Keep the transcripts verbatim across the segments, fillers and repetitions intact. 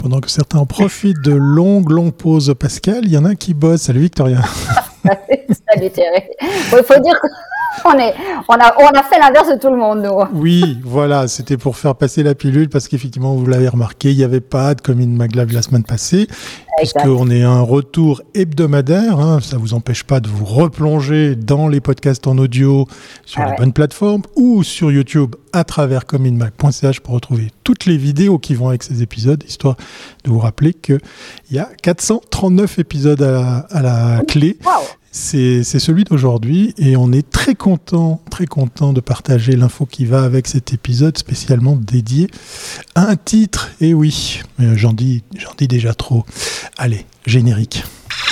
Pendant que certains en profitent de longues, longues pauses Pascal, il y en a un qui bosse. Salut Victoria. Salut Thierry. Bon, il faut dire qu'on est, on a, on a fait l'inverse de tout le monde, nous. Oui, voilà, c'était pour faire passer la pilule parce qu'effectivement, vous l'avez remarqué, il n'y avait pas de Coming Maglav la semaine passée, puisqu'on est un retour hebdomadaire. Hein, ça ne vous empêche pas de vous replonger dans les podcasts en audio sur ah les ouais. bonnes plateformes ou sur YouTube à travers coming mag point c h pour retrouver toutes les vidéos qui vont avec ces épisodes, histoire de vous rappeler qu'il y a quatre cent trente-neuf épisodes à la, à la clé. Wow. C'est, c'est celui d'aujourd'hui et on est très content, très content de partager l'info qui va avec cet épisode spécialement dédié à un titre. Et oui, mais j'en dis, j'en dis déjà trop. Allez, générique.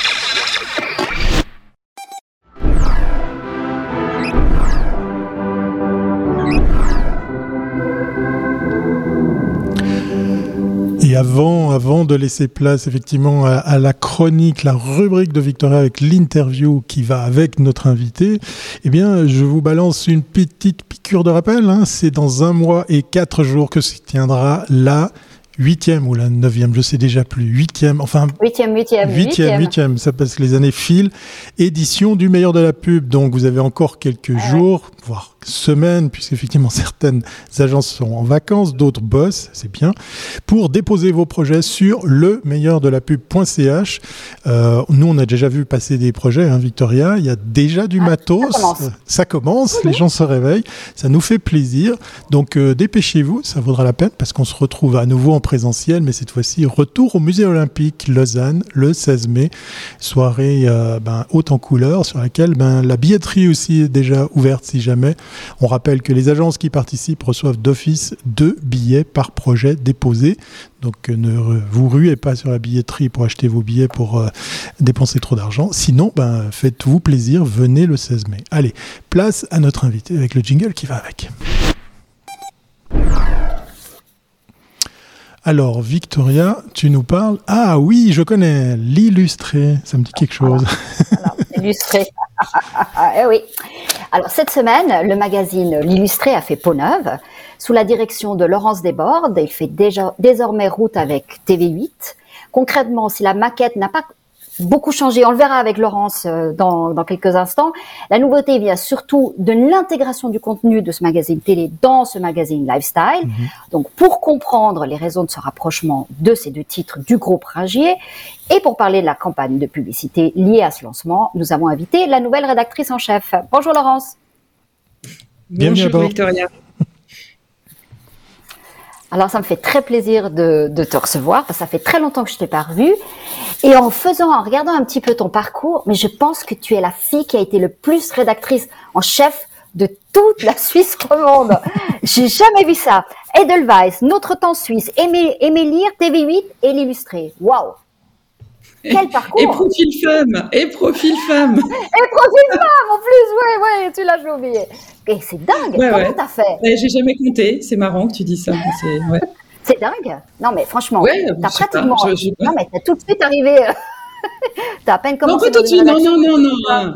Et avant, avant de laisser place effectivement à, à la chronique, la rubrique de Victoria avec l'interview qui va avec notre invité, eh bien, je vous balance une petite piqûre de rappel. Hein. C'est dans un mois et quatre jours que se tiendra la huitième ou la neuvième, je sais déjà plus, huitième, enfin... Huitième, huitième, huitième. Huitième, ça passe que les années filent. Édition du meilleur de la pub, donc vous avez encore quelques ah jours, ouais. voire semaines, puisqu'effectivement certaines agences sont en vacances, d'autres bossent, c'est bien, pour déposer vos projets sur le meilleur de la pub point c h. Euh, nous, on a déjà vu passer des projets, hein, Victoria, il y a déjà du ah, matos, ça commence, ça commence mmh. les gens se réveillent, ça nous fait plaisir, donc euh, dépêchez-vous, ça vaudra la peine, parce qu'on se retrouve à nouveau en présentiel, mais cette fois-ci, retour au Musée Olympique Lausanne, le seize mai, soirée euh, ben, haute en couleurs, sur laquelle ben, la billetterie aussi est déjà ouverte si jamais. On rappelle que les agences qui participent reçoivent d'office deux billets par projet déposé, donc ne vous ruez pas sur la billetterie pour acheter vos billets pour euh, dépenser trop d'argent, sinon ben, faites-vous plaisir, venez le seize mai. Allez, place à notre invité avec le jingle qui va avec. Alors, Victoria, tu nous parles... Ah oui, je connais, l'illustré, ça me dit quelque chose. Voilà. Alors, l'illustré, eh oui. Alors, cette semaine, le magazine L'Illustré a fait peau neuve. Sous la direction de Laurence Desbordes, il fait déjà, désormais route avec T V huit. Concrètement, si la maquette n'a pas beaucoup changé, on le verra avec Laurence dans, dans quelques instants, la nouveauté vient surtout de l'intégration du contenu de ce magazine télé dans ce magazine Lifestyle. Mmh. Donc, pour comprendre les raisons de ce rapprochement de ces deux titres du groupe Ringier, et pour parler de la campagne de publicité liée à ce lancement, nous avons invité la nouvelle rédactrice en chef. Bonjour Laurence. Bienvenue Bonjour Victoria. Alors, ça me fait très plaisir de, de te recevoir, parce que ça fait très longtemps que je t'ai pas revue. Et en faisant, en regardant un petit peu ton parcours, mais je pense que tu es la fille qui a été le plus rédactrice en chef de toute la Suisse romande. J'ai jamais vu ça. Edelweiss, Notre Temps Suisse, Aimer, Aimer lire, T V huit et l'Illustré. Waouh! Quel parcours! Et profil femme! Et profil femme! Et profil femme, en plus! Ouais, ouais, tu l'as oublié. Et c'est dingue! Ouais, Comment ouais. t'as fait? Ouais, j'ai jamais compté. C'est marrant que tu dis ça. C'est, ouais. C'est dingue! Non, mais franchement, ouais, t'as pratiquement... Pas, je, je non, mais t'as tout de suite arrivé... t'as à peine commencé... Non, pas tout de suite. Non, non, non, non.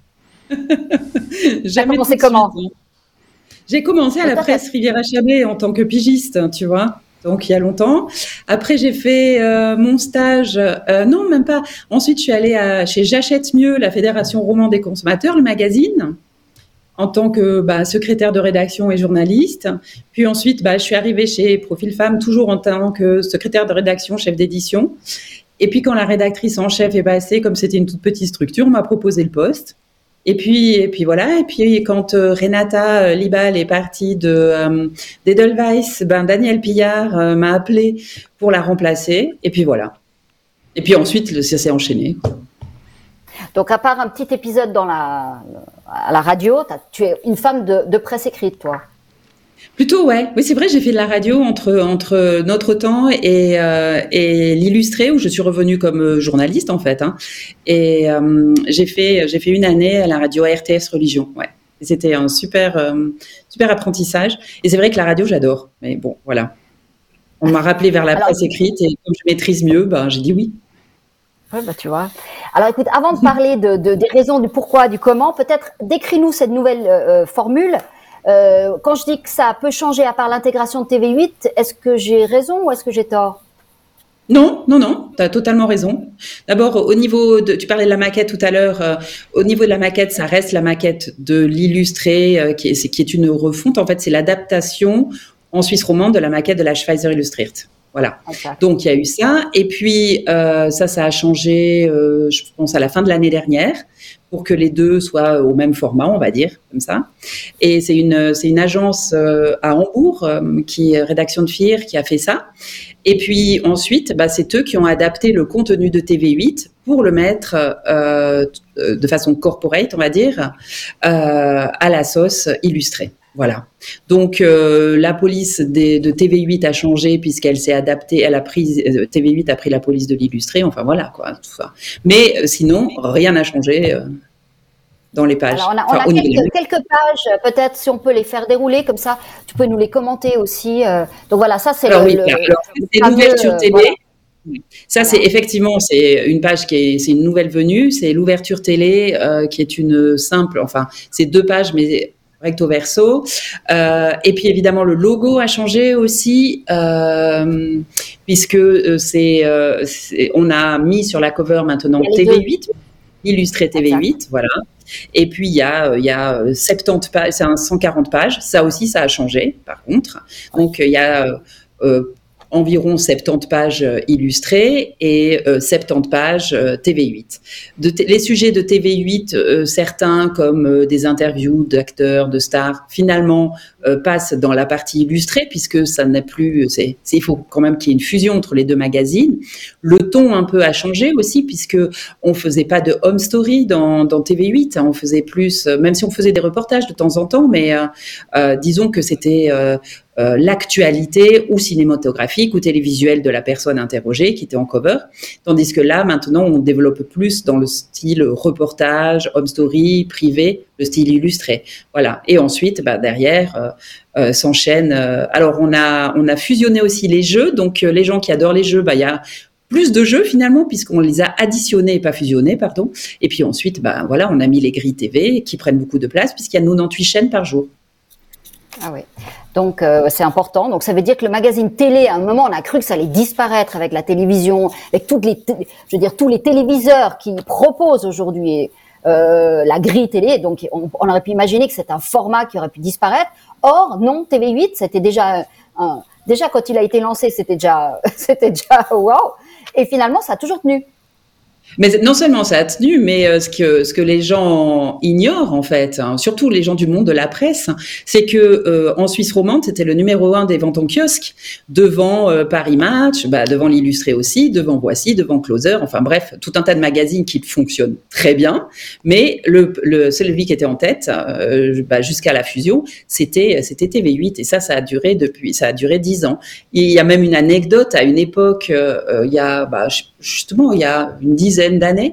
T'as commencé comment? Suite, j'ai commencé à la presse Rivière-à-Chablais en tant que pigiste, tu vois. Donc, il y a longtemps. Après, j'ai fait euh, mon stage... Euh, non, même pas. Ensuite, je suis allée à, chez J'achète mieux, la Fédération romande des consommateurs, le magazine, en tant que bah, secrétaire de rédaction et journaliste. Puis ensuite, bah, je suis arrivée chez Profil Femme, toujours en tant que secrétaire de rédaction, chef d'édition. Et puis, quand la rédactrice en chef est passée, comme c'était une toute petite structure, on m'a proposé le poste. Et puis, et puis voilà. Et puis, quand euh, Renata Libal est partie de euh, d'Edelweiss, ben Daniel Pillard euh, m'a appelée pour la remplacer. Et puis voilà. Et puis ensuite, ça s'est enchaîné. Donc, à part un petit épisode dans la à la radio, tu es une femme de, de presse écrite, toi. Plutôt, ouais. Oui, c'est vrai, j'ai fait de la radio entre, entre Notre Temps et, euh, et l'Illustré, où je suis revenue comme journaliste, en fait. Hein. Et euh, j'ai fait, j'ai fait une année à la radio R T S Religion, ouais. Et c'était un super, euh, super apprentissage. Et c'est vrai que la radio, j'adore. Mais bon, voilà. On m'a rappelé vers la Alors, presse écrite et comme je maîtrise mieux, ben, j'ai dit oui. Oui, bah, tu vois. Alors, écoute, avant de parler de, de, des raisons, du pourquoi, du comment, peut-être décris-nous cette nouvelle euh, formule. Euh, quand je dis que ça peut changer à part l'intégration de T V huit, est-ce que j'ai raison ou est-ce que j'ai tort? Non, non, non, tu as totalement raison. D'abord, au niveau de, tu parlais de la maquette tout à l'heure, euh, au niveau de la maquette, ça reste la maquette de l'illustré, euh, qui, est, qui est une refonte. En fait, c'est l'adaptation en Suisse romande de la maquette de la Schweizer Illustriert. Voilà. Okay. Donc, il y a eu ça. Et puis, euh, ça, ça a changé, euh, je pense, à la fin de l'année dernière, pour que les deux soient au même format, on va dire, comme ça. Et c'est une, c'est une agence euh, à Hambourg, euh, qui est Rédaction de F I R, qui a fait ça. Et puis ensuite, bah, c'est eux qui ont adapté le contenu de T V huit pour le mettre euh, de façon corporate, on va dire, euh, à la sauce illustrée. Voilà. Donc euh, la police des, de T V huit a changé puisqu'elle s'est adaptée. Elle a pris euh, T V huit a pris la police de l'illustré. Enfin voilà quoi, tout ça. Mais euh, sinon, rien n'a changé. Euh, dans les pages. Alors on a, on enfin, a quelques, quelques pages, peut-être si on peut les faire dérouler comme ça, tu peux nous les commenter aussi. Euh, donc voilà, ça c'est alors, le, oui, le, alors, c'est le l'ouverture euh, télé. Voilà. Ça, voilà. c'est effectivement, c'est une page qui est, c'est une nouvelle venue, c'est l'ouverture télé euh, qui est une simple, enfin, c'est deux pages, mais recto verso. Euh, et puis évidemment, le logo a changé aussi, euh, puisque euh, c'est, euh, c'est, on a mis sur la cover maintenant T V huit, illustré T V huit, exact. Voilà. Et puis, il y a, il y a soixante-dix pages, c'est un cent quarante pages. Ça aussi, ça a changé, par contre. Donc, il y a euh, environ soixante-dix pages illustrées et euh, soixante-dix pages euh, T V huit. De t- les sujets de T V huit, euh, certains, comme euh, des interviews d'acteurs, de stars, finalement, euh, passent dans la partie illustrée, puisque ça n'est plus... C'est, c'est, il faut quand même qu'il y ait une fusion entre les deux magazines. Le ton, un peu, a changé aussi, puisque on faisait pas de home story dans, dans T V huit. Hein, on faisait plus... Même si on faisait des reportages de temps en temps, mais euh, euh, disons que c'était... Euh, Euh, l'actualité ou cinématographique ou télévisuelle de la personne interrogée qui était en cover, tandis que là, maintenant, on développe plus dans le style reportage, home story, privé, le style illustré. Voilà. Et ensuite, bah, derrière, euh, euh, s'enchaîne... Euh, alors, on a, on a fusionné aussi les jeux, donc euh, les gens qui adorent les jeux, bah, il y a plus de jeux finalement, puisqu'on les a additionnés et pas fusionnés, pardon. Et puis ensuite, bah, voilà, on a mis les grilles T V qui prennent beaucoup de place, puisqu'il y a quatre-vingt-dix-huit chaînes par jour. Ah oui, donc euh, c'est important. Donc ça veut dire que le magazine télé, à un moment, on a cru que ça allait disparaître avec la télévision, avec toutes les, t- je veux dire tous les téléviseurs qui proposent aujourd'hui euh, la grille télé. Donc on, on aurait pu imaginer que c'est un format qui aurait pu disparaître. Or non, T V huit, c'était déjà un, déjà quand il a été lancé, c'était déjà c'était déjà wow. Et finalement, ça a toujours tenu. Mais non seulement ça a tenu, mais euh, ce que ce que les gens ignorent en fait, hein, surtout les gens du monde de la presse, c'est que euh, en Suisse romande, c'était le numéro un des ventes en kiosque, devant euh, Paris Match, bah, devant l'Illustré aussi, devant Voici, devant Closer, enfin bref, tout un tas de magazines qui fonctionnent très bien. Mais le, le celui qui était en tête, euh, bah, jusqu'à la fusion, c'était c'était T V huit, et ça, ça a duré depuis, ça a duré dix ans. Il y a même une anecdote à une époque, euh, il y a bah, justement il y a une dizaine d'années,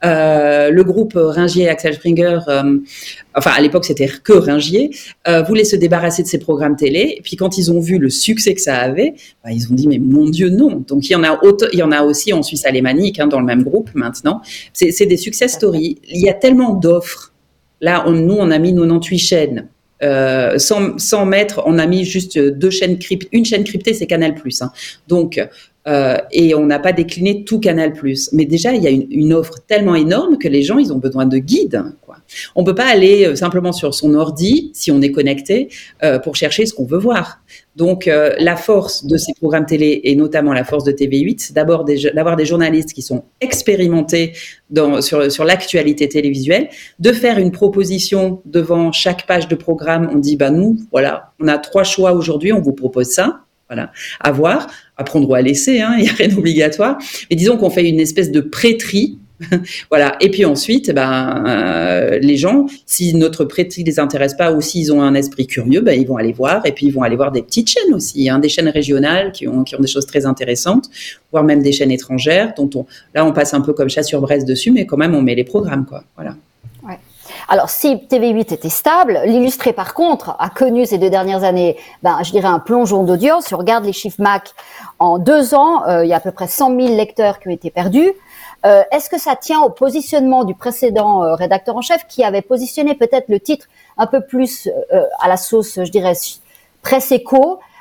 euh, le groupe Ringier et Axel Springer, euh, enfin à l'époque c'était que Ringier, euh, voulait se débarrasser de ses programmes télé. Et puis quand ils ont vu le succès que ça avait, bah, ils ont dit mais mon Dieu non. Donc il y en a auto, il y en a aussi en Suisse alémanique, hein, dans le même groupe maintenant. C'est, c'est des success stories. Il y a tellement d'offres. Là, on, nous on a mis quatre-vingt-dix-huit chaînes. Euh, sans, sans mettre, on a mis juste deux chaînes cryptées. Une chaîne cryptée, c'est Canal+. Hein. Donc, euh, et on n'a pas décliné tout Canal+. Mais déjà, il y a une, une offre tellement énorme que les gens, ils ont besoin de guides. Quoi. On peut pas aller simplement sur son ordi, si on est connecté, euh, pour chercher ce qu'on veut voir. Donc, euh, la force de ces programmes télé, et notamment la force de T V huit, c'est d'abord des, d'avoir des journalistes qui sont expérimentés dans, sur, sur l'actualité télévisuelle, de faire une proposition devant chaque page de programme. On dit, bah nous, voilà, on a trois choix aujourd'hui, on vous propose ça. Voilà, à voir, à prendre ou à laisser, hein, il n'y a rien d'obligatoire. Mais disons qu'on fait une espèce de pré-tri. Voilà. Et puis ensuite, ben, euh, les gens, si notre pré-tri les intéresse pas ou s'ils ont un esprit curieux, ben, ils vont aller voir. Et puis ils vont aller voir des petites chaînes aussi, hein, des chaînes régionales qui ont, qui ont des choses très intéressantes, voire même des chaînes étrangères dont on, là, on passe un peu comme chat sur braise dessus, mais quand même, on met les programmes, quoi. Voilà. Ouais. Alors, si T V huit était stable, l'Illustré, par contre, a connu ces deux dernières années, ben, je dirais un plongeon d'audience. Si on regarde les chiffres M A C, en deux ans, euh, il y a à peu près cent mille lecteurs qui ont été perdus. Euh, est-ce que ça tient au positionnement du précédent euh, rédacteur en chef qui avait positionné peut-être le titre un peu plus euh, à la sauce, je dirais, presse éco,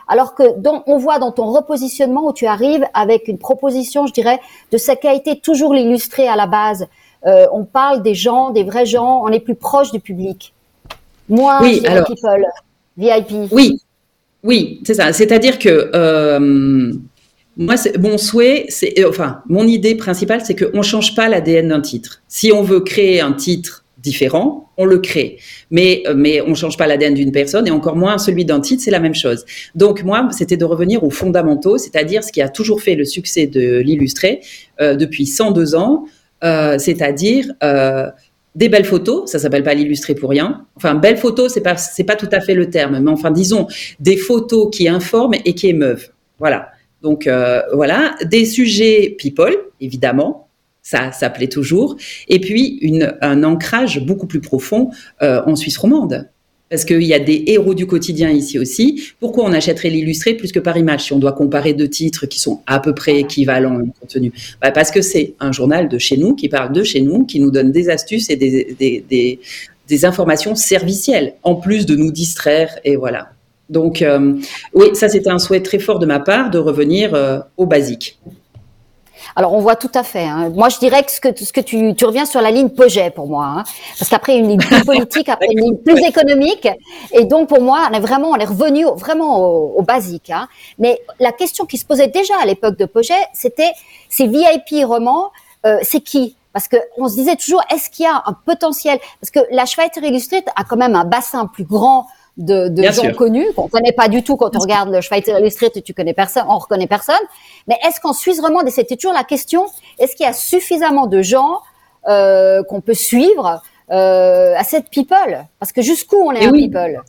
alors que dans, on voit dans ton repositionnement où tu arrives avec une proposition, je dirais, de ce qu'a été toujours l'illustré à la base. Euh, on parle des gens, des vrais gens, on est plus proche du public. Moins oui, alors, people, V I P. Oui, oui, c'est ça. C'est-à-dire que euh, moi, c'est, mon souhait, c'est, enfin, mon idée principale, c'est qu'on ne change pas l'A D N d'un titre. Si on veut créer un titre différent, on le crée. Mais, mais on ne change pas l'A D N d'une personne et encore moins celui d'un titre, c'est la même chose. Donc moi, c'était de revenir aux fondamentaux, c'est-à-dire ce qui a toujours fait le succès de l'illustré euh, depuis cent deux ans, euh, c'est-à-dire euh, des belles photos, ça s'appelle pas l'illustré pour rien. Enfin, belles photos, c'est pas, c'est pas tout à fait le terme, mais enfin, disons, des photos qui informent et qui émeuvent. Voilà. Donc euh, voilà, des sujets people, évidemment. Ça, ça plaît toujours. Et puis, une, un ancrage beaucoup plus profond euh, en Suisse romande. Parce qu'il y a des héros du quotidien ici aussi. Pourquoi on achèterait l'illustré plus que Paris Match si on doit comparer deux titres qui sont à peu près équivalents en contenu? Bah parce que c'est un journal de chez nous qui parle de chez nous, qui nous donne des astuces et des, des, des, des informations servicielles, en plus de nous distraire. Et voilà. Donc, euh, oui, ça, c'était un souhait très fort de ma part de revenir euh, au basique. Alors, on voit tout à fait. Hein. Moi, je dirais que ce que, ce que tu, tu reviens sur la ligne Poget pour moi, hein, parce qu'après une ligne plus politique, après une ligne plus économique, et donc pour moi, on est vraiment, on est revenu au, vraiment au, au basique. Hein. Mais la question qui se posait déjà à l'époque de Poget, c'était ces V I P romans, euh, c'est qui? Parce que on se disait toujours, est-ce qu'il y a un potentiel? Parce que la Schweizer Illustrierte a quand même un bassin plus grand de, de gens sûr. connus qu'on connaît pas du tout quand on regarde le Schweizer Illustrierte, tu connais personne, on reconnaît personne. Mais est-ce qu'en Suisse romande, et c'était toujours la question, est-ce qu'il y a suffisamment de gens euh, qu'on peut suivre euh, à cette people? Parce que jusqu'où on est et un oui. people?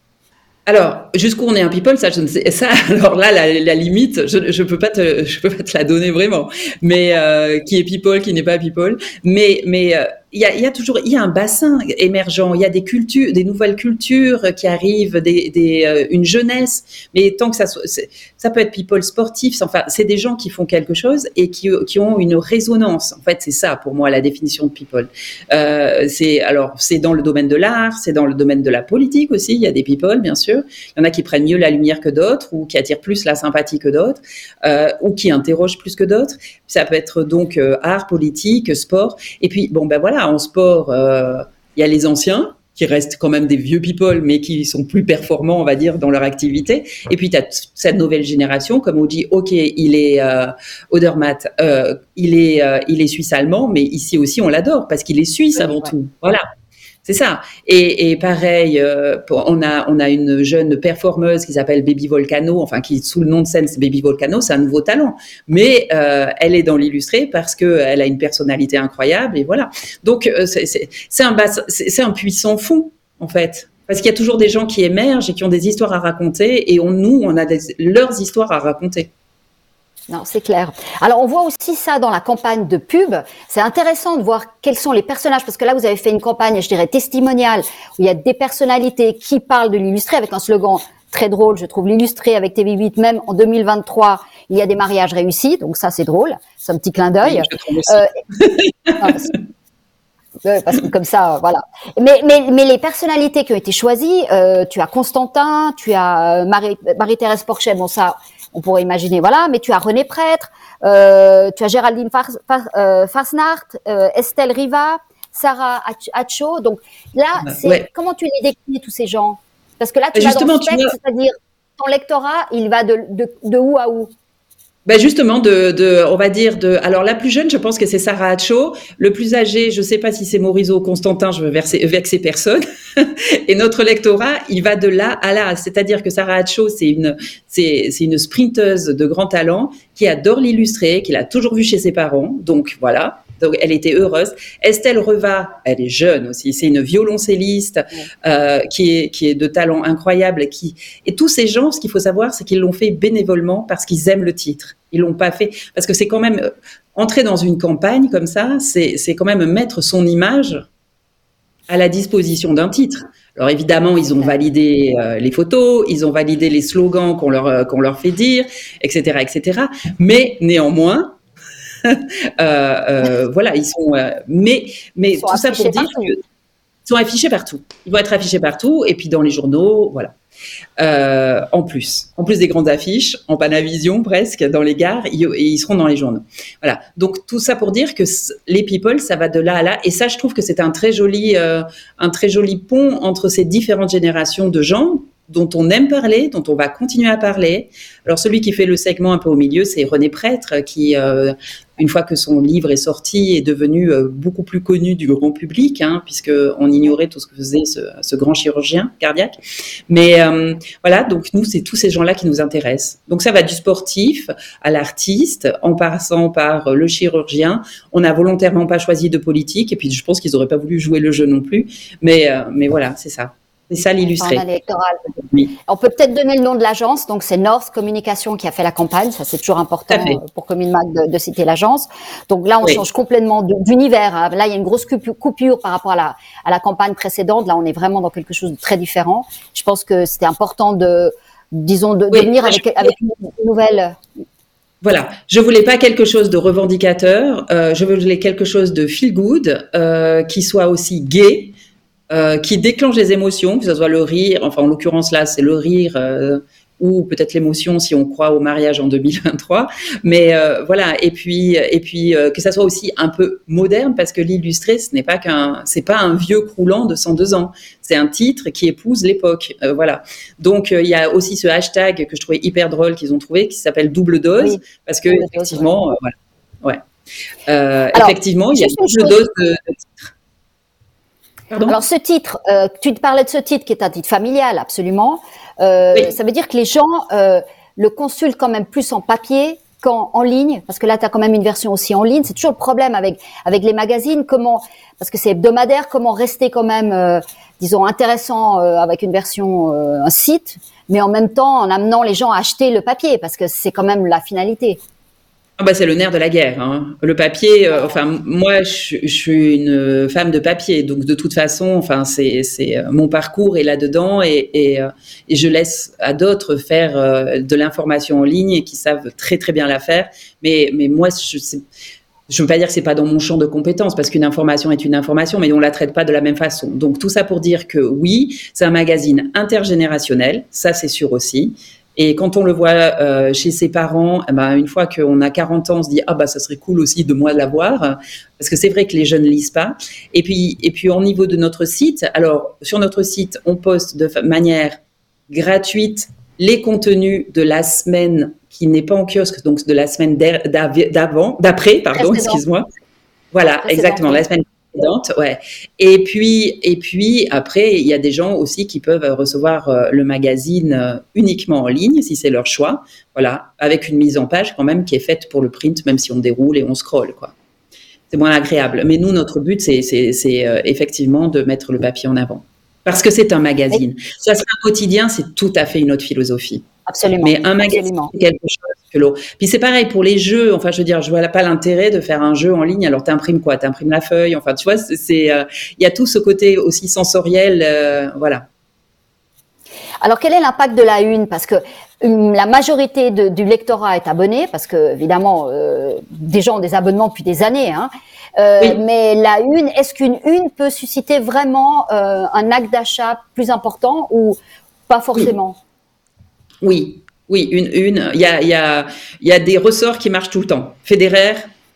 Alors, jusqu'où on est un people, ça, je ne sais, ça, alors là, la, la limite, je, je peux pas te, je peux pas te la donner vraiment. Mais euh, qui est people, qui n'est pas people. Mais, mais euh, il y a, il y a toujours, il y a un bassin émergent. Il y a des cultures, des nouvelles cultures qui arrivent, des, des, euh, une jeunesse. Mais tant que ça, ça peut être people sportif. Enfin, c'est des gens qui font quelque chose et qui, qui ont une résonance. En fait, c'est ça pour moi la définition de people. Euh, c'est alors, c'est dans le domaine de l'art, c'est dans le domaine de la politique aussi. Il y a des people, bien sûr. Il y en a qui prennent mieux la lumière que d'autres, ou qui attirent plus la sympathie que d'autres, euh, ou qui interrogent plus que d'autres. Ça peut être donc euh, art, politique, sport. Et puis, bon, ben voilà, en sport, euh, il y a les anciens, qui restent quand même des vieux people, mais qui sont plus performants, on va dire, dans leur activité. Et puis, tu as cette nouvelle génération, comme on dit, OK, il est euh, Odermatt, euh, il est, euh, il est suisse-allemand, mais ici aussi, on l'adore, parce qu'il est suisse avant ouais. tout. Voilà. C'est ça. Et, et pareil, euh, on a on a une jeune performeuse qui s'appelle Baby Volcano, enfin qui sous le nom de scène c'est Baby Volcano, c'est un nouveau talent. Mais euh, elle est dans l'illustré parce que elle a une personnalité incroyable et voilà. Donc euh, c'est c'est c'est un bas, c'est, c'est un puissant fond en fait. Parce qu'il y a toujours des gens qui émergent et qui ont des histoires à raconter et on nous on a des, leurs histoires à raconter. Non, c'est clair. Alors, on voit aussi ça dans la campagne de pub. C'est intéressant de voir quels sont les personnages, parce que là, vous avez fait une campagne, je dirais, testimoniale, où il y a des personnalités qui parlent de l'illustré avec un slogan très drôle. Je trouve l'illustré avec T V huit, même en deux mille vingt-trois, il y a des mariages réussis. Donc ça, c'est drôle. C'est un petit clin d'œil. Oui, euh, non, parce que comme ça, voilà. Mais, mais, mais les personnalités qui ont été choisies, euh, tu as Constantin, tu as Marie, Marie-Thérèse Porchet, bon ça, on pourrait imaginer, voilà, mais tu as René Prêtre, euh, tu as Géraldine Far, Far, euh, Farsnart, euh, Estelle Riva, Sarah Hacho. Donc là, c'est, ouais. comment tu les décris, tous ces gens? Parce que là, tu vas dans le spectre, veux... c'est-à-dire ton lectorat, il va de, de, de où à où? Ben justement, de, de, on va dire de. Alors la plus jeune, je pense que c'est Sarah Hacho. Le plus âgé, je sais pas si c'est Maurice ou Constantin. Je veux verser, vexer personne. Et notre lectorat, il va de là à là. C'est-à-dire que Sarah Hacho, c'est une, c'est, c'est une sprinteuse de grand talent qui adore l'illustrer, qui l'a toujours vu chez ses parents. Donc voilà. Donc, elle était heureuse. Estelle Reva, elle est jeune aussi. C'est une violoncelliste euh, qui est qui est de talent incroyable. Qui et tous ces gens, ce qu'il faut savoir, c'est qu'ils l'ont fait bénévolement parce qu'ils aiment le titre. Ils l'ont pas fait parce que c'est quand même euh, entrer dans une campagne comme ça, c'est c'est quand même mettre son image à la disposition d'un titre. Alors évidemment, ils ont validé euh, les photos, ils ont validé les slogans qu'on leur euh, qu'on leur fait dire, et cetera, et cetera. Mais néanmoins. euh, euh, voilà, ils sont. Euh, mais mais tout ça pour dire que Ils sont affichés partout. Ils vont être affichés partout, et puis dans les journaux, voilà. Euh, en plus, en plus des grandes affiches, en Panavision presque, dans les gares, ils, ils seront dans les journaux. Voilà. Donc tout ça pour dire que les people, ça va de là à là, et ça, je trouve que c'est un très joli, euh, un très joli pont entre ces différentes générations de gens dont on aime parler, dont on va continuer à parler. Alors celui qui fait le segment un peu au milieu, c'est René Prêtre, qui, euh, une fois que son livre est sorti, est devenu euh, beaucoup plus connu du grand public, hein, puisqu'on ignorait tout ce que faisait ce, ce grand chirurgien cardiaque. Mais euh, voilà, donc nous, c'est tous ces gens-là qui nous intéressent. Donc ça va du sportif à l'artiste, en passant par le chirurgien. On n'a volontairement pas choisi de politique, et puis je pense qu'ils n'auraient pas voulu jouer le jeu non plus. Mais, euh, mais voilà, c'est ça. C'est ça l'illustré. Oui. On peut peut-être donner le nom de l'agence. Donc, c'est North Communication qui a fait la campagne. Ça, c'est toujours important pour Commune Mag de, de citer l'agence. Donc là, on oui. change complètement d'univers. Hein. Là, il y a une grosse coupure par rapport à la, à la campagne précédente. Là, on est vraiment dans quelque chose de très différent. Je pense que c'était important de, disons, de, oui, de venir avec, avec une nouvelle... Voilà, je voulais pas quelque chose de revendicateur. Euh, je voulais quelque chose de feel good, euh, qui soit aussi gai. Euh, qui déclenche des émotions, que ce soit le rire, enfin en l'occurrence là c'est le rire euh, ou peut-être l'émotion si on croit au mariage en deux mille vingt-trois, mais euh, voilà, et puis et puis euh, que ça soit aussi un peu moderne, parce que l'illustré ce n'est pas qu'un, c'est pas un vieux croulant de cent deux ans, c'est un titre qui épouse l'époque, euh, voilà. Donc euh, il y a aussi ce hashtag que je trouvais hyper drôle qu'ils ont trouvé, qui s'appelle double dose, oui, parce que effectivement, dose, ouais. Euh, voilà, ouais, euh, Alors, effectivement il y a une double dose de, de titres. Pardon Alors ce titre, euh, tu te parlais de ce titre qui est un titre familial, absolument. Euh, oui. Ça veut dire que les gens euh, le consultent quand même plus en papier qu'en en ligne, parce que là tu as quand même une version aussi en ligne. C'est toujours le problème avec avec les magazines, comment, parce que c'est hebdomadaire, comment rester quand même, euh, disons, intéressant euh, avec une version, euh, un site, mais en même temps en amenant les gens à acheter le papier, parce que c'est quand même la finalité. Ah bah c'est le nerf de la guerre, hein. Le papier, euh, enfin moi je, je suis une femme de papier, donc de toute façon, enfin c'est c'est mon parcours est là-dedans, et et, euh, et je laisse à d'autres faire euh, de l'information en ligne et qui savent très très bien la faire, mais mais moi je sais, je veux pas dire que c'est pas dans mon champ de compétences, parce qu'une information est une information, mais on la traite pas de la même façon. Donc tout ça pour dire que oui, c'est un magazine intergénérationnel, ça c'est sûr aussi. Et quand on le voit euh, chez ses parents, eh ben, une fois qu'on a quarante ans, on se dit « Ah bah ça serait cool aussi de moi l'avoir », parce que c'est vrai que les jeunes ne lisent pas. Et puis, et puis au niveau de notre site, alors sur notre site, on poste de manière gratuite les contenus de la semaine qui n'est pas en kiosque, donc de la semaine d'avant, d'après, pardon, excuse-moi. Voilà, exactement, la semaine ouais. Et puis, et puis après, il y a des gens aussi qui peuvent recevoir euh, le magazine euh, uniquement en ligne, si c'est leur choix. Voilà, avec une mise en page quand même qui est faite pour le print, même si on déroule et on scrolle, quoi. C'est moins agréable. Mais nous, notre but, c'est, c'est, c'est euh, effectivement de mettre le papier en avant, parce que c'est un magazine. Ça serait un quotidien, c'est tout à fait une autre philosophie. Absolument. Mais un magazine, absolument. C'est quelque chose que l'autre. Puis c'est pareil pour les jeux. Enfin, je veux dire, je vois pas l'intérêt de faire un jeu en ligne. Alors, t'imprimes quoi? T'imprimes la feuille. Enfin, tu vois, c'est, il euh, y a tout ce côté aussi sensoriel, euh, voilà. Alors, quel est l'impact de la une? Parce que une, la majorité de, du lectorat est abonné, parce que évidemment, euh, des gens ont des abonnements depuis des années. Hein. Euh, oui. Mais la une, est-ce qu'une une peut susciter vraiment euh, un acte d'achat plus important ou pas forcément? Oui. Oui, Oui, une une. Il y a, il y a, il y a des ressorts qui marchent tout le temps. Federer,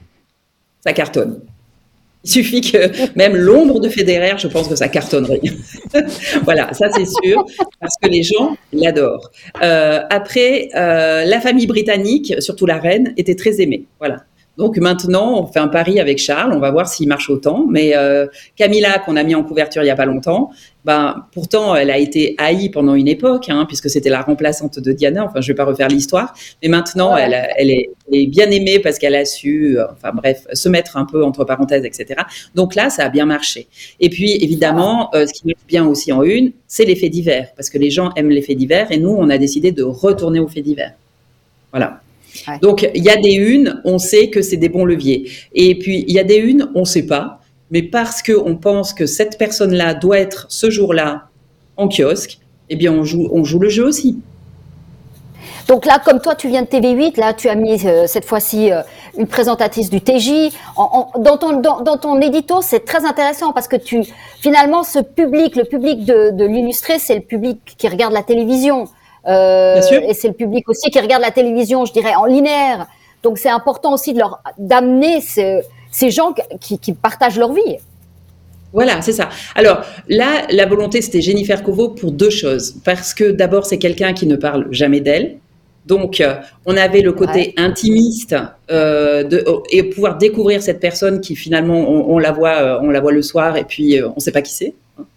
ça cartonne. Il suffit que même l'ombre de Federer, je pense que ça cartonnerait. Voilà, ça c'est sûr, parce que les gens l'adorent. Euh, après, euh, la famille britannique, surtout la reine, était très aimée. Voilà. Donc maintenant, on fait un pari avec Charles, on va voir s'il marche autant. Mais euh, Camilla, qu'on a mis en couverture il n'y a pas longtemps, ben, pourtant, elle a été haïe pendant une époque, hein, puisque c'était la remplaçante de Diana. Enfin, je ne vais pas refaire l'histoire. Mais maintenant, ouais. elle, elle, est, elle est bien aimée parce qu'elle a su, euh, enfin bref, se mettre un peu entre parenthèses, et cetera. Donc là, ça a bien marché. Et puis, évidemment, euh, ce qui marche bien aussi en une, c'est les faits divers, parce que les gens aiment les faits divers. Et nous, on a décidé de retourner aux faits divers. Voilà. Ouais. Donc, il y a des unes, on sait que c'est des bons leviers. Et puis, il y a des unes, on ne sait pas, mais parce qu'on pense que cette personne-là doit être ce jour-là en kiosque, eh bien, on joue, on joue le jeu aussi. Donc là, comme toi, tu viens de T V huit, là, tu as mis euh, cette fois-ci euh, une présentatrice du T J. En, en, dans, ton, dans, dans ton édito, c'est très intéressant parce que tu, finalement, ce public, le public de, de l'illustré, c'est le public qui regarde la télévision. Euh, Bien sûr. Et c'est le public aussi qui regarde la télévision, je dirais, en linéaire. Donc c'est important aussi de leur d'amener ce, ces gens qui, qui partagent leur vie. Voilà, c'est ça. Alors là, la volonté, c'était Jennifer Covo pour deux choses. Parce que d'abord, c'est quelqu'un qui ne parle jamais d'elle. Donc, euh, on avait le côté ouais. intimiste euh, de, et pouvoir découvrir cette personne qui finalement, on, on la voit, euh, on la voit le soir et puis euh, on ne sait pas qui c'est.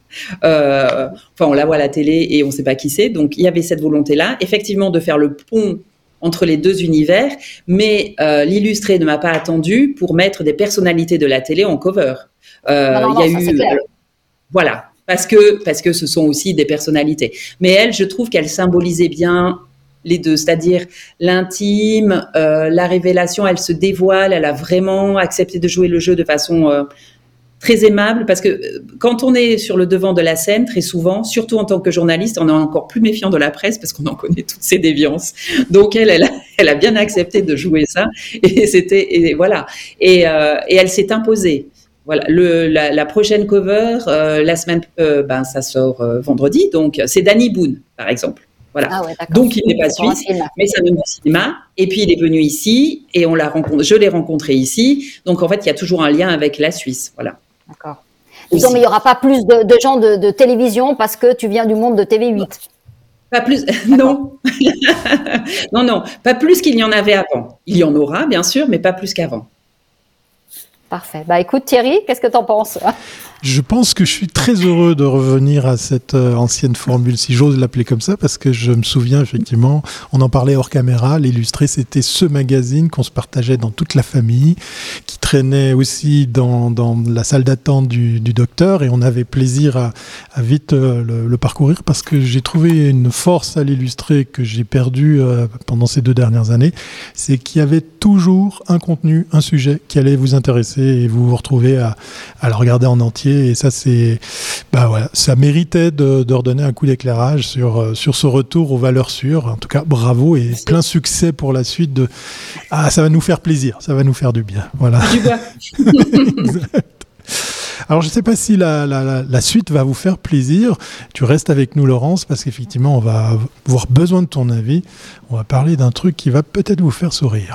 Euh, enfin, on la voit à la télé et on ne sait pas qui c'est. Donc, il y avait cette volonté-là, effectivement, de faire le pont entre les deux univers. Mais euh, l'illustré ne m'a pas attendu pour mettre des personnalités de la télé en cover. Euh, non, non, il y a non, eu, ça, c'est clair. voilà, parce que parce que ce sont aussi des personnalités. Mais elle, je trouve qu'elle symbolisait bien les deux, c'est-à-dire l'intime, euh, la révélation. Elle se dévoile, elle a vraiment accepté de jouer le jeu de façon euh, très aimable, parce que quand on est sur le devant de la scène, très souvent, surtout en tant que journaliste, on est encore plus méfiant de la presse parce qu'on en connaît toutes ses déviances. Donc elle, elle a, elle a bien accepté de jouer ça, et c'était et voilà. Et, euh, et elle s'est imposée. Voilà, le, la, la prochaine cover, euh, la semaine, euh, ben ça sort euh, vendredi, donc c'est Danny Boone, par exemple. Voilà. Ah ouais, donc il n'est pas suisse, mais ça vient du cinéma. Et puis il est venu ici et on l'a rencontré. Je l'ai rencontré ici. Donc en fait, il y a toujours un lien avec la Suisse. Voilà. D'accord. Disons, mais il n'y aura pas plus de, de gens de, de télévision parce que tu viens du monde de T V huit. Pas plus, non. non, non, pas plus qu'il n'y en avait avant. Il y en aura, bien sûr, mais pas plus qu'avant. Parfait. Bah écoute Thierry, qu'est-ce que tu en penses ? Je pense que je suis très heureux de revenir à cette euh, ancienne formule, si j'ose l'appeler comme ça, parce que je me souviens effectivement, on en parlait hors caméra, l'illustré, c'était ce magazine qu'on se partageait dans toute la famille, qui traînait aussi dans, dans la salle d'attente du, du docteur, et on avait plaisir à, à vite euh, le, le parcourir, parce que j'ai trouvé une force à l'illustré que j'ai perdue euh, pendant ces deux dernières années, c'est qu'il y avait toujours un contenu, un sujet qui allait vous intéresser, et vous vous retrouvez à, à le regarder en entier. Et ça, c'est, bah voilà, ça méritait de, de redonner un coup d'éclairage sur, sur ce retour aux valeurs sûres. En tout cas, bravo et Merci. Plein succès pour la suite. De... Ah, ça va nous faire plaisir, ça va nous faire du bien. Voilà. Du bois. Alors, je ne sais pas si la, la, la, la suite va vous faire plaisir. Tu restes avec nous, Laurence, parce qu'effectivement, on va avoir besoin de ton avis. On va parler d'un truc qui va peut-être vous faire sourire.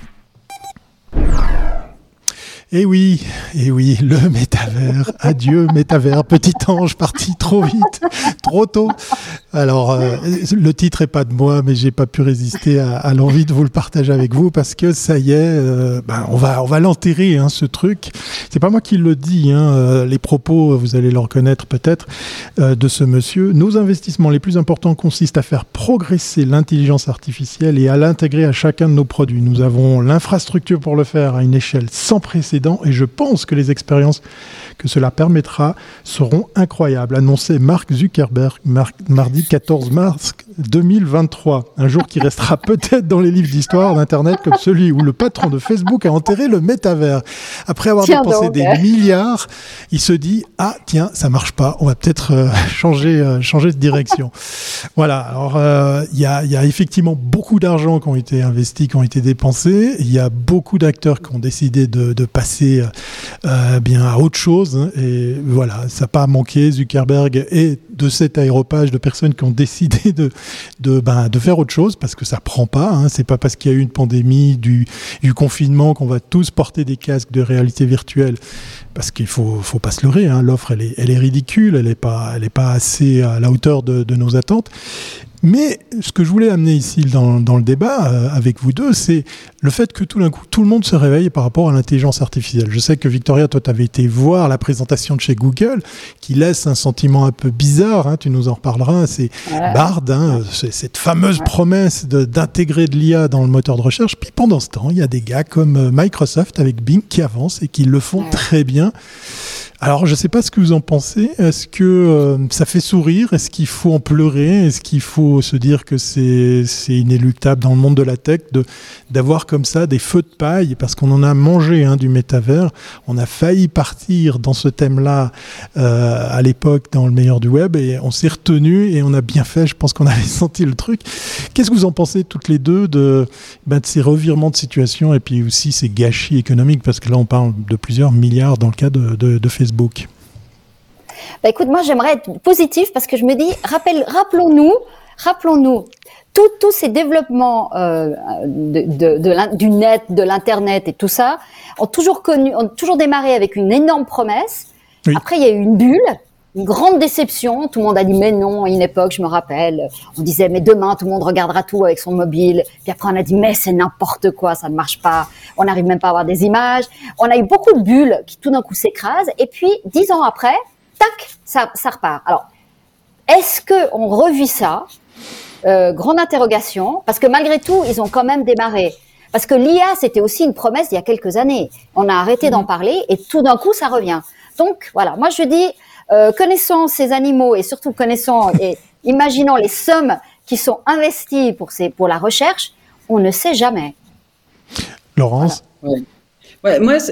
Eh oui, eh oui, le métavers. Adieu, métavers, petit ange parti trop vite, trop tôt. Alors, euh, le titre est pas de moi, mais j'ai pas pu résister à, à l'envie de vous le partager avec vous parce que ça y est, euh, ben, on va, on va l'enterrer, hein, ce truc. C'est pas moi qui le dis, hein, euh, les propos, vous allez le reconnaître peut-être, euh, de ce monsieur. Nos investissements les plus importants consistent à faire progresser l'intelligence artificielle et à l'intégrer à chacun de nos produits. Nous avons l'infrastructure pour le faire à une échelle sans précédent. Et je pense que les expériences que cela permettra seront incroyables, annonçait Mark Zuckerberg mar- mardi quatorze mars deux mille vingt-trois. Un jour qui restera peut-être dans les livres d'histoire d'Internet comme celui où le patron de Facebook a enterré le métavers. Après avoir tiens dépensé donc, des hein. milliards, il se dit « Ah, tiens, ça marche pas, on va peut-être euh, changer, euh, changer de direction. » Voilà, alors il euh, y, a, y a effectivement beaucoup d'argent qui ont été investis, qui ont été dépensés. Il y a beaucoup d'acteurs qui ont décidé de, de passer Euh, bien à autre chose, hein, et voilà, ça n'a pas manqué. Zuckerberg et de cet aéropage de personnes qui ont décidé de, de, ben, de faire autre chose parce que ça prend pas, hein. C'est pas parce qu'il y a eu une pandémie, du, du confinement qu'on va tous porter des casques de réalité virtuelle, parce qu'il faut, faut pas se leurrer, hein. L'offre elle est, elle est ridicule, elle est pas, elle est pas assez à la hauteur de, de nos attentes. Mais ce que je voulais amener ici dans, dans le débat euh, avec vous deux, c'est le fait que tout d'un coup, tout le monde se réveille par rapport à l'intelligence artificielle. Je sais que Victoria, toi, tu avais été voir la présentation de chez Google, qui laisse un sentiment un peu bizarre, hein, tu nous en reparleras, c'est ouais. Bard, hein, c'est cette fameuse ouais. promesse de, d'intégrer de l'I A dans le moteur de recherche. Puis pendant ce temps, il y a des gars comme Microsoft avec Bing qui avancent et qui le font ouais. très bien. Alors, je ne sais pas ce que vous en pensez. Est-ce que euh, ça fait sourire? Est-ce qu'il faut en pleurer? Est-ce qu'il faut se dire que c'est, c'est inéluctable dans le monde de la tech de, d'avoir comme ça des feux de paille? Parce qu'on en a mangé hein, du métavers. On a failli partir dans ce thème-là euh, à l'époque dans le meilleur du web et on s'est retenu et on a bien fait. Je pense qu'on avait senti le truc. Qu'est-ce que vous en pensez toutes les deux de, ben, de ces revirements de situation et puis aussi ces gâchis économiques? Parce que là, on parle de plusieurs milliards dans le cas de, de, de Facebook. Bah écoute, moi j'aimerais être positif parce que je me dis, rappelle, rappelons-nous, rappelons-nous, tous ces développements euh, de, de, de du net, de l'internet et tout ça ont toujours connu, ont toujours démarré avec une énorme promesse. Oui. Après il y a eu une bulle, une grande déception. Tout le monde a dit mais non. À une époque, je me rappelle, on disait mais demain tout le monde regardera tout avec son mobile. Puis après on a dit mais c'est n'importe quoi, ça ne marche pas. On n'arrive même pas à avoir des images. On a eu beaucoup de bulles qui tout d'un coup s'écrasent. Et puis dix ans après, tac, ça, ça repart. Alors est-ce que on revit ça? euh, Grande interrogation, parce que malgré tout, ils ont quand même démarré. Parce que l'I A, c'était aussi une promesse il y a quelques années. On a arrêté mmh. d'en parler et tout d'un coup, ça revient. Donc voilà, moi je dis. Euh, connaissant ces animaux et surtout connaissant et imaginant les sommes qui sont investies pour, ces, pour la recherche, on ne sait jamais. Laurence? Voilà. Ouais. Ouais, moi,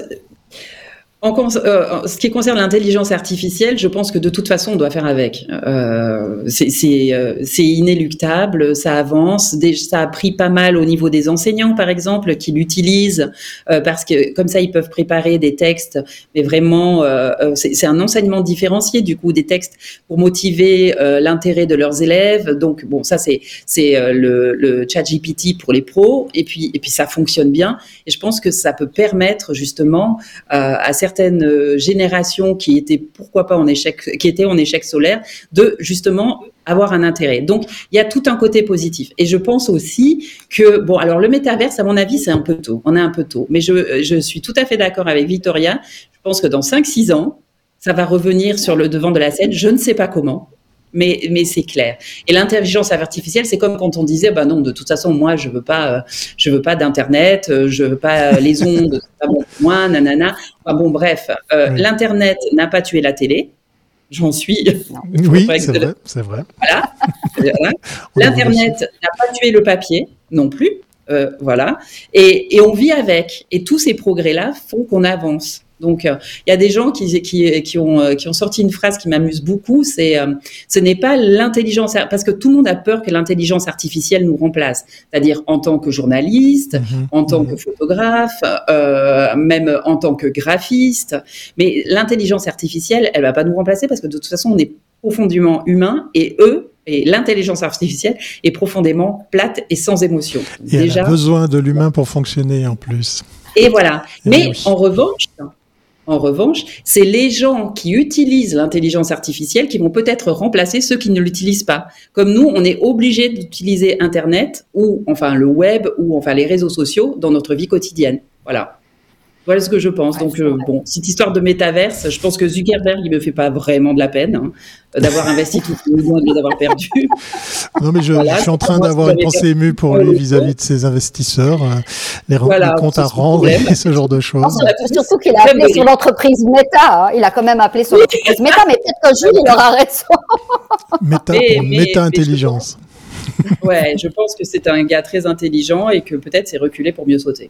en, euh, ce qui concerne l'intelligence artificielle, je pense que de toute façon, on doit faire avec. Euh, c'est, c'est, euh, c'est inéluctable, ça avance. Ça a pris pas mal au niveau des enseignants, par exemple, qui l'utilisent euh, parce que comme ça, ils peuvent préparer des textes. Mais vraiment, euh, c'est, c'est un enseignement différencié, du coup, des textes pour motiver euh, l'intérêt de leurs élèves. Donc, bon, ça, c'est, c'est euh, le, le ChatGPT pour les pros. Et puis, et puis, ça fonctionne bien. Et je pense que ça peut permettre justement euh, à certains certaines générations qui étaient pourquoi pas en échec, qui étaient en échec solaire, de justement avoir un intérêt. Donc il y a tout un côté positif. Et je pense aussi que bon, alors le métaverse, à mon avis, c'est un peu tôt. On est un peu tôt, mais je je suis tout à fait d'accord avec Victoria. Je pense que dans cinq six ans, ça va revenir sur le devant de la scène. Je ne sais pas comment. Mais, mais c'est clair. Et l'intelligence artificielle, c'est comme quand on disait, bah non, de toute façon, moi, je veux pas, euh, je veux pas d'internet, euh, je veux pas les ondes, c'est pas bon pour moi, nanana. Enfin, bon, bref, euh, oui. L'internet n'a pas tué la télé. J'en suis. Oui, c'est vrai, c'est vrai. Voilà. voilà. L'internet n'a pas tué le papier non plus. Euh, voilà. Et, et on vit avec. Et tous ces progrès-là font qu'on avance. Donc, il euh, y a des gens qui, qui, qui, ont, euh, qui ont sorti une phrase qui m'amuse beaucoup, c'est euh, ce n'est pas l'intelligence, parce que tout le monde a peur que l'intelligence artificielle nous remplace, c'est-à-dire en tant que journaliste, mmh, en tant mmh. que photographe, euh, même en tant que graphiste. Mais l'intelligence artificielle, elle va pas nous remplacer parce que de toute façon, on est profondément humain et eux, et l'intelligence artificielle est profondément plate et sans émotion. Et Déjà, elle a besoin de l'humain pour fonctionner en plus. Et voilà. Et Mais oui. en revanche... En revanche, c'est les gens qui utilisent l'intelligence artificielle qui vont peut-être remplacer ceux qui ne l'utilisent pas. Comme nous, on est obligé d'utiliser Internet ou enfin le web ou enfin les réseaux sociaux dans notre vie quotidienne. Voilà. Voilà ce que je pense. Donc, euh, bon, cette histoire de métaverse, je pense que Zuckerberg, il me fait pas vraiment de la peine hein, d'avoir investi tout ce millions et de les avoir perdus. Non, mais je, voilà, je suis en train d'avoir une pensée émue pour lui vis-à-vis de ses investisseurs, euh, les, voilà, les comptes à rendre et ce genre de choses. Non, surtout qu'il a appelé son entreprise Meta. Hein. Il a quand même appelé son entreprise Meta, mais peut-être qu'un jour, il aura raison. Meta pour méta-intelligence. Ouais, je pense que c'est un gars très intelligent et que peut-être c'est reculé pour mieux sauter.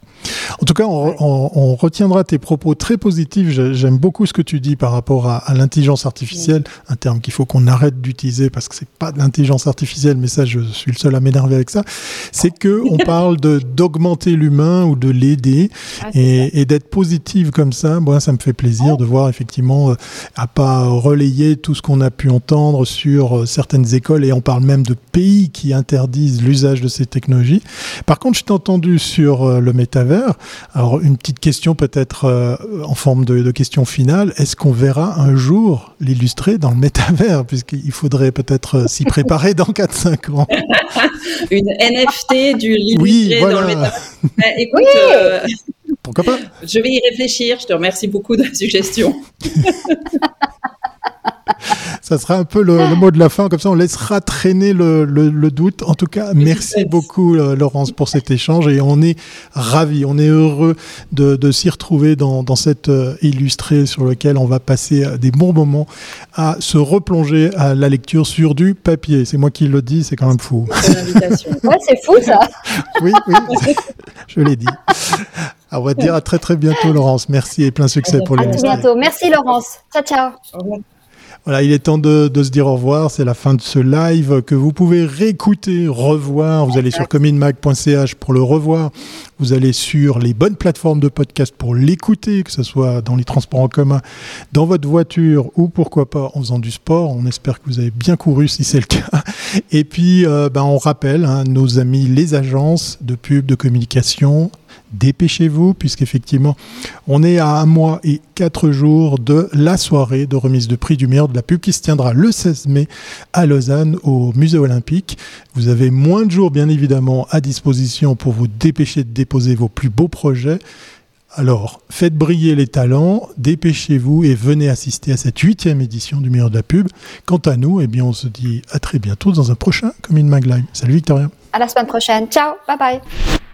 En tout cas, on, on, on retiendra tes propos très positifs. J'aime beaucoup ce que tu dis par rapport à, à l'intelligence artificielle, un terme qu'il faut qu'on arrête d'utiliser parce que c'est pas de l'intelligence artificielle, mais ça, je suis le seul à m'énerver avec ça. C'est que on parle de d'augmenter l'humain ou de l'aider ah, et, et d'être positive comme ça. Moi, ça me fait plaisir de voir effectivement à pas relayer tout ce qu'on a pu entendre sur certaines écoles et on parle même de pays qui interdisent l'usage de ces technologies. Par contre, je t'ai entendu sur le métavers. Alors, une petite question peut-être euh, en forme de, de question finale. Est-ce qu'on verra un jour l'illustré dans le métavers? Puisqu'il faudrait peut-être euh, s'y préparer dans quatre cinq ans. Une N F T du l'illustré oui, voilà. dans le métavers. Bah, écoute, oui euh, pourquoi pas? Je vais y réfléchir. Je te remercie beaucoup de la suggestion. Ça sera un peu le, le mot de la fin, comme ça on laissera traîner le, le, le doute. En tout cas, merci beaucoup Laurence pour cet échange et on est ravis, on est heureux de, de s'y retrouver dans, dans cette illustrée sur lequel on va passer des bons moments à se replonger à la lecture sur du papier. C'est moi qui le dis, c'est quand même fou. C'est une invitation. Ouais, c'est fou ça. Oui, oui, je l'ai dit. On va te dire à très très bientôt Laurence. Merci et plein succès pour l'illustré. À bientôt. Merci Laurence. Ciao, ciao. Au revoir. Voilà, il est temps de, de se dire au revoir. C'est la fin de ce live que vous pouvez réécouter, revoir. Vous allez sur cominmag point c h pour le revoir. Vous allez sur les bonnes plateformes de podcast pour l'écouter, que ce soit dans les transports en commun, dans votre voiture ou pourquoi pas en faisant du sport. On espère que vous avez bien couru si c'est le cas. Et puis, euh, ben, on rappelle hein, nos amis les agences de pub, de communication. Dépêchez-vous puisqu'effectivement on est à un mois et quatre jours de la soirée de remise de prix du meilleur de la pub qui se tiendra le seize mai à Lausanne au musée olympique. Vous avez moins de jours bien évidemment à disposition pour vous dépêcher de déposer vos plus beaux projets. Alors faites briller les talents, dépêchez-vous et venez assister à cette huitième édition du meilleur de la pub. Quant à nous, eh bien on se dit à très bientôt dans un prochain Cominmag Live. Salut Victoria. À la semaine prochaine. Ciao, bye bye.